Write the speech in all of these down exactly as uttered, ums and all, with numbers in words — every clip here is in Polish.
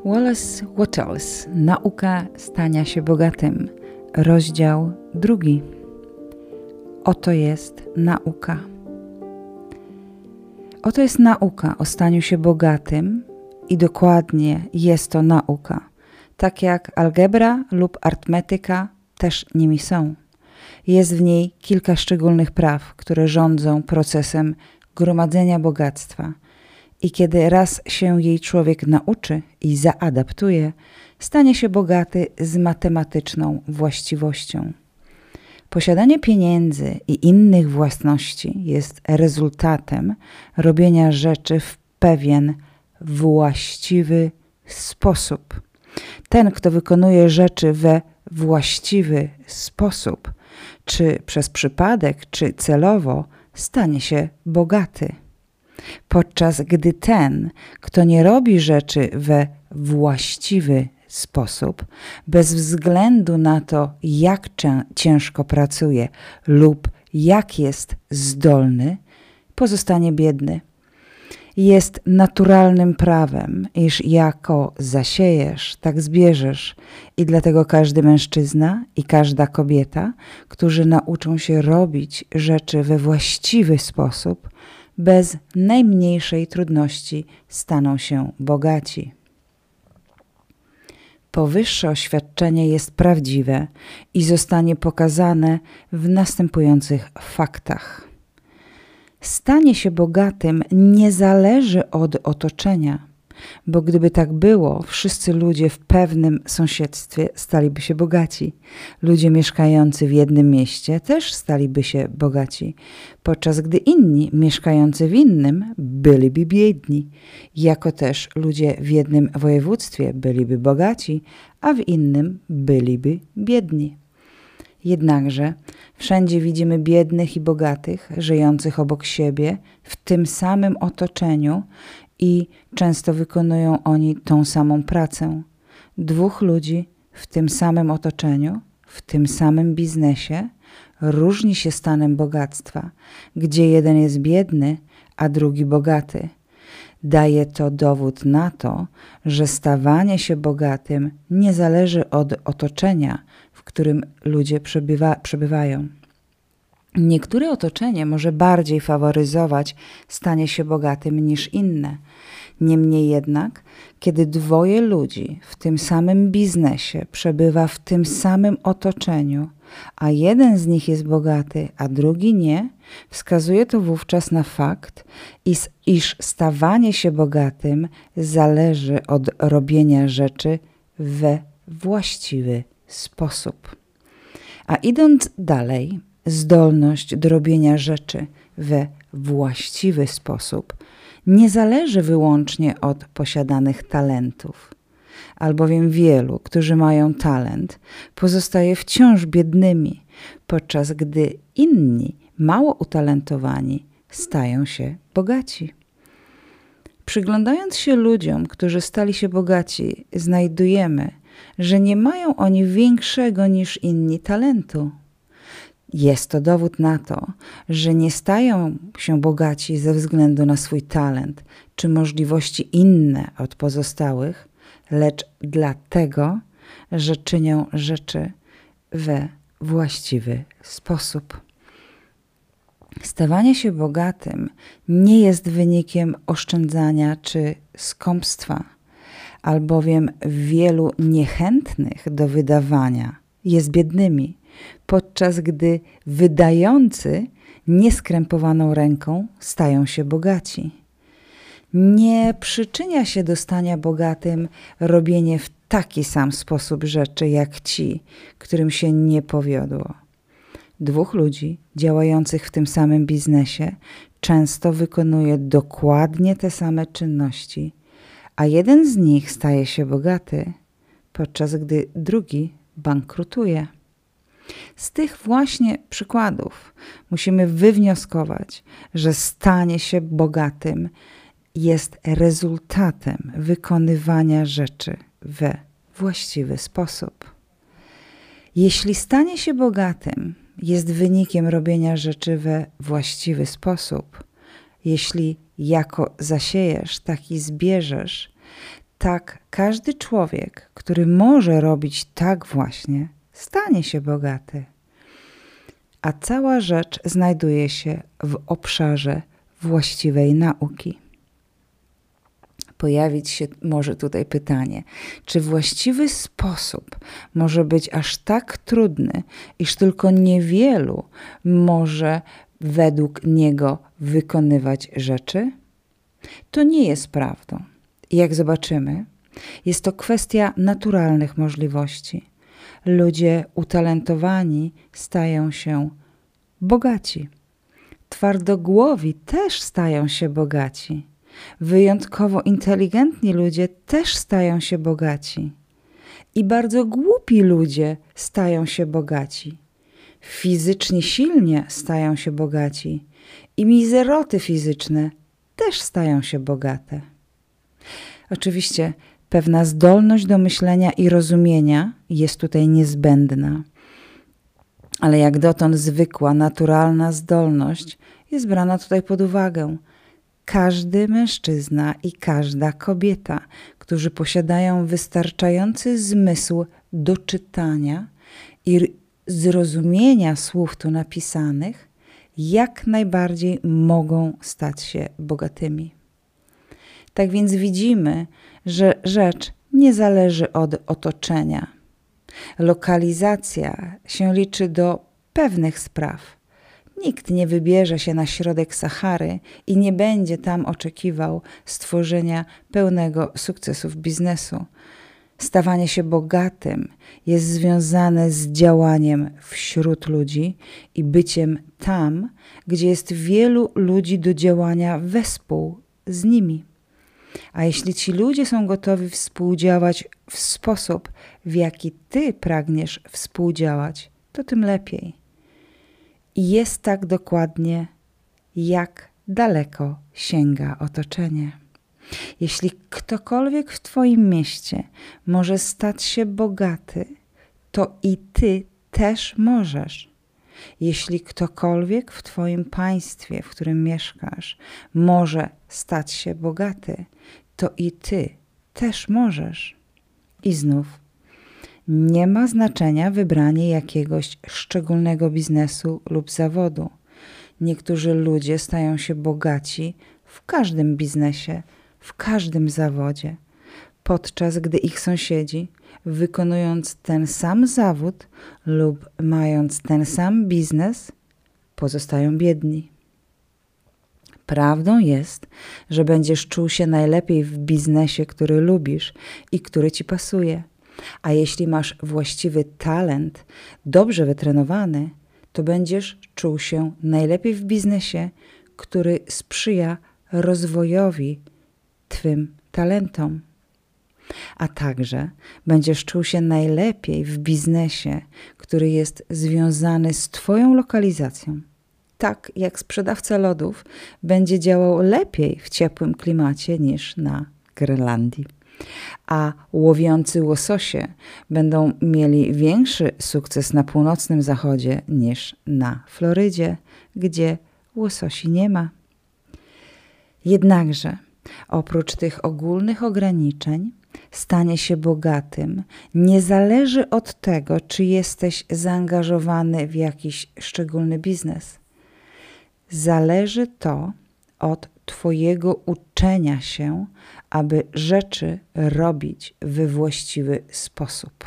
Wallace Wattles. Nauka stania się bogatym. Rozdział drugi. Oto jest nauka. Oto jest nauka o staniu się bogatym i dokładnie jest to nauka. Tak jak algebra lub arytmetyka też nimi są. Jest w niej kilka szczególnych praw, które rządzą procesem gromadzenia bogactwa. I kiedy raz się jej człowiek nauczy i zaadaptuje, stanie się bogaty z matematyczną właściwością. Posiadanie pieniędzy i innych własności jest rezultatem robienia rzeczy w pewien właściwy sposób. Ten, kto wykonuje rzeczy we właściwy sposób, czy przez przypadek, czy celowo, stanie się bogaty. Podczas gdy ten, kto nie robi rzeczy we właściwy sposób, bez względu na to, jak ciężko pracuje lub jak jest zdolny, pozostanie biedny. Jest naturalnym prawem, iż jako zasiejesz, tak zbierzesz, i dlatego każdy mężczyzna i każda kobieta, którzy nauczą się robić rzeczy we właściwy sposób, bez najmniejszej trudności staną się bogaci. Powyższe oświadczenie jest prawdziwe i zostanie pokazane w następujących faktach. Stanie się bogatym nie zależy od otoczenia, bo gdyby tak było, wszyscy ludzie w pewnym sąsiedztwie staliby się bogaci. Ludzie mieszkający w jednym mieście też staliby się bogaci, podczas gdy inni mieszkający w innym byliby biedni. Jako też ludzie w jednym województwie byliby bogaci, a w innym byliby biedni. Jednakże wszędzie widzimy biednych i bogatych, żyjących obok siebie, w tym samym otoczeniu i często wykonują oni tą samą pracę. Dwóch ludzi w tym samym otoczeniu, w tym samym biznesie różni się stanem bogactwa, gdzie jeden jest biedny, a drugi bogaty. Daje to dowód na to, że stawanie się bogatym nie zależy od otoczenia, w którym ludzie przebywa, przebywają. Niektóre otoczenie może bardziej faworyzować stanie się bogatym niż inne. Niemniej jednak, kiedy dwoje ludzi w tym samym biznesie przebywa w tym samym otoczeniu, a jeden z nich jest bogaty, a drugi nie, wskazuje to wówczas na fakt, iż, iż stawanie się bogatym zależy od robienia rzeczy we właściwy sposób. A idąc dalej, zdolność do robienia rzeczy we właściwy sposób nie zależy wyłącznie od posiadanych talentów, albowiem wielu, którzy mają talent, pozostaje wciąż biednymi, podczas gdy inni, mało utalentowani, stają się bogaci. Przyglądając się ludziom, którzy stali się bogaci, znajdujemy, że nie mają oni większego niż inni talentu. Jest to dowód na to, że nie stają się bogaci ze względu na swój talent czy możliwości inne od pozostałych, lecz dlatego, że czynią rzeczy we właściwy sposób. Stawanie się bogatym nie jest wynikiem oszczędzania czy skąpstwa, albowiem wielu niechętnych do wydawania jest biednymi, podczas gdy wydający nieskrępowaną ręką stają się bogaci. Nie przyczynia się do stania bogatym robienie w taki sam sposób rzeczy jak ci, którym się nie powiodło. Dwóch ludzi działających w tym samym biznesie często wykonuje dokładnie te same czynności, a jeden z nich staje się bogaty, podczas gdy drugi bankrutuje. Z tych właśnie przykładów musimy wywnioskować, że stanie się bogatym jest rezultatem wykonywania rzeczy we właściwy sposób. Jeśli stanie się bogatym jest wynikiem robienia rzeczy we właściwy sposób, jeśli jako zasiejesz, tak i zbierzesz, tak każdy człowiek, który może robić tak właśnie, stanie się bogaty. A cała rzecz znajduje się w obszarze właściwej nauki. Pojawić się może tutaj pytanie, czy właściwy sposób może być aż tak trudny, iż tylko niewielu może według niego wykonywać rzeczy? To nie jest prawdą. Jak zobaczymy, jest to kwestia naturalnych możliwości. Ludzie utalentowani stają się bogaci. Twardogłowi też stają się bogaci. Wyjątkowo inteligentni ludzie też stają się bogaci. I bardzo głupi ludzie stają się bogaci. Fizycznie silnie stają się bogaci. I mizeroty fizyczne też stają się bogate. Oczywiście pewna zdolność do myślenia i rozumienia jest tutaj niezbędna. Ale jak dotąd zwykła, naturalna zdolność jest brana tutaj pod uwagę. Każdy mężczyzna i każda kobieta, którzy posiadają wystarczający zmysł do czytania i zrozumienia słów tu napisanych, jak najbardziej mogą stać się bogatymi. Tak więc widzimy, że rzecz nie zależy od otoczenia. Lokalizacja się liczy do pewnych spraw. Nikt nie wybierze się na środek Sahary i nie będzie tam oczekiwał stworzenia pełnego sukcesów biznesu. Stawanie się bogatym jest związane z działaniem wśród ludzi i byciem tam, gdzie jest wielu ludzi do działania wespół z nimi. A jeśli ci ludzie są gotowi współdziałać w sposób, w jaki ty pragniesz współdziałać, to tym lepiej. I jest tak dokładnie, jak daleko sięga otoczenie. Jeśli ktokolwiek w twoim mieście może stać się bogaty, to i ty też możesz. Jeśli ktokolwiek w twoim państwie, w którym mieszkasz, może stać się bogaty, to i ty też możesz. I znów, nie ma znaczenia wybranie jakiegoś szczególnego biznesu lub zawodu. Niektórzy ludzie stają się bogaci w każdym biznesie, w każdym zawodzie, podczas gdy ich sąsiedzi, wykonując ten sam zawód lub mając ten sam biznes, pozostają biedni. Prawdą jest, że będziesz czuł się najlepiej w biznesie, który lubisz i który ci pasuje. A jeśli masz właściwy talent, dobrze wytrenowany, to będziesz czuł się najlepiej w biznesie, który sprzyja rozwojowi twym talentom. A także będziesz czuł się najlepiej w biznesie, który jest związany z twoją lokalizacją. Tak jak sprzedawca lodów będzie działał lepiej w ciepłym klimacie niż na Grenlandii. A łowiący łososie będą mieli większy sukces na północnym zachodzie niż na Florydzie, gdzie łososi nie ma. Jednakże oprócz tych ogólnych ograniczeń, stanie się bogatym nie zależy od tego, czy jesteś zaangażowany w jakiś szczególny biznes. Zależy to od twojego uczenia się, aby rzeczy robić we właściwy sposób.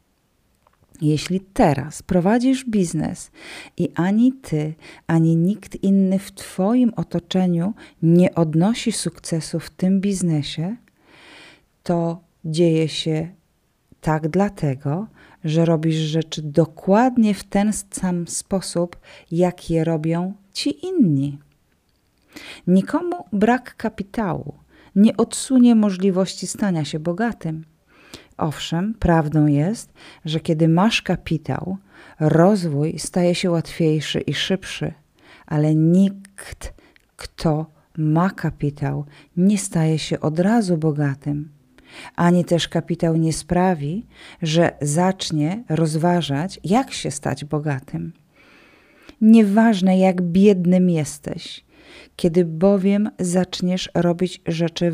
Jeśli teraz prowadzisz biznes i ani ty, ani nikt inny w twoim otoczeniu nie odnosi sukcesu w tym biznesie, to dzieje się tak dlatego, że robisz rzeczy dokładnie w ten sam sposób, jak je robią ci inni. Nikomu brak kapitału nie odsunie możliwości stania się bogatym. Owszem, prawdą jest, że kiedy masz kapitał, rozwój staje się łatwiejszy i szybszy, ale nikt, kto ma kapitał, nie staje się od razu bogatym. Ani też kapitał nie sprawi, że zacznie rozważać, jak się stać bogatym. Nieważne, jak biednym jesteś, kiedy bowiem zaczniesz robić rzeczy we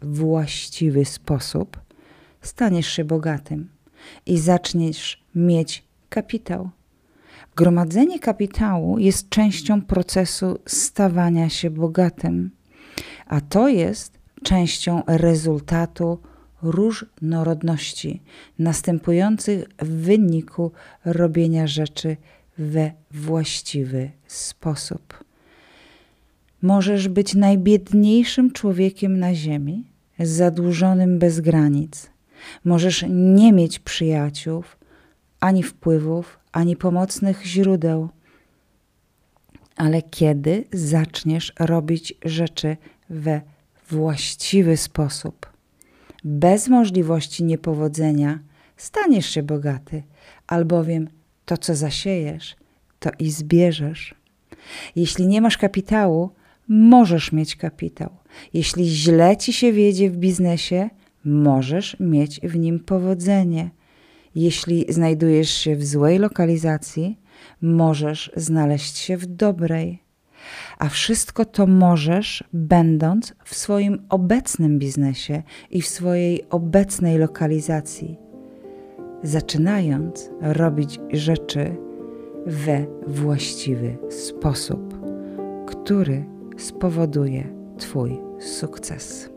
właściwy sposób, staniesz się bogatym i zaczniesz mieć kapitał. Gromadzenie kapitału jest częścią procesu stawania się bogatym, a to jest częścią rezultatu różnorodności następujących w wyniku robienia rzeczy we właściwy sposób. Możesz być najbiedniejszym człowiekiem na ziemi, zadłużonym bez granic. Możesz nie mieć przyjaciół, ani wpływów, ani pomocnych źródeł. Ale kiedy zaczniesz robić rzeczy we właściwy sposób, bez możliwości niepowodzenia, staniesz się bogaty, albowiem to, co zasiejesz, to i zbierzesz. Jeśli nie masz kapitału, możesz mieć kapitał. Jeśli źle ci się wiedzie w biznesie, możesz mieć w nim powodzenie. Jeśli znajdujesz się w złej lokalizacji, możesz znaleźć się w dobrej. A wszystko to możesz, będąc w swoim obecnym biznesie i w swojej obecnej lokalizacji, zaczynając robić rzeczy we właściwy sposób, który spowoduje Twój sukces.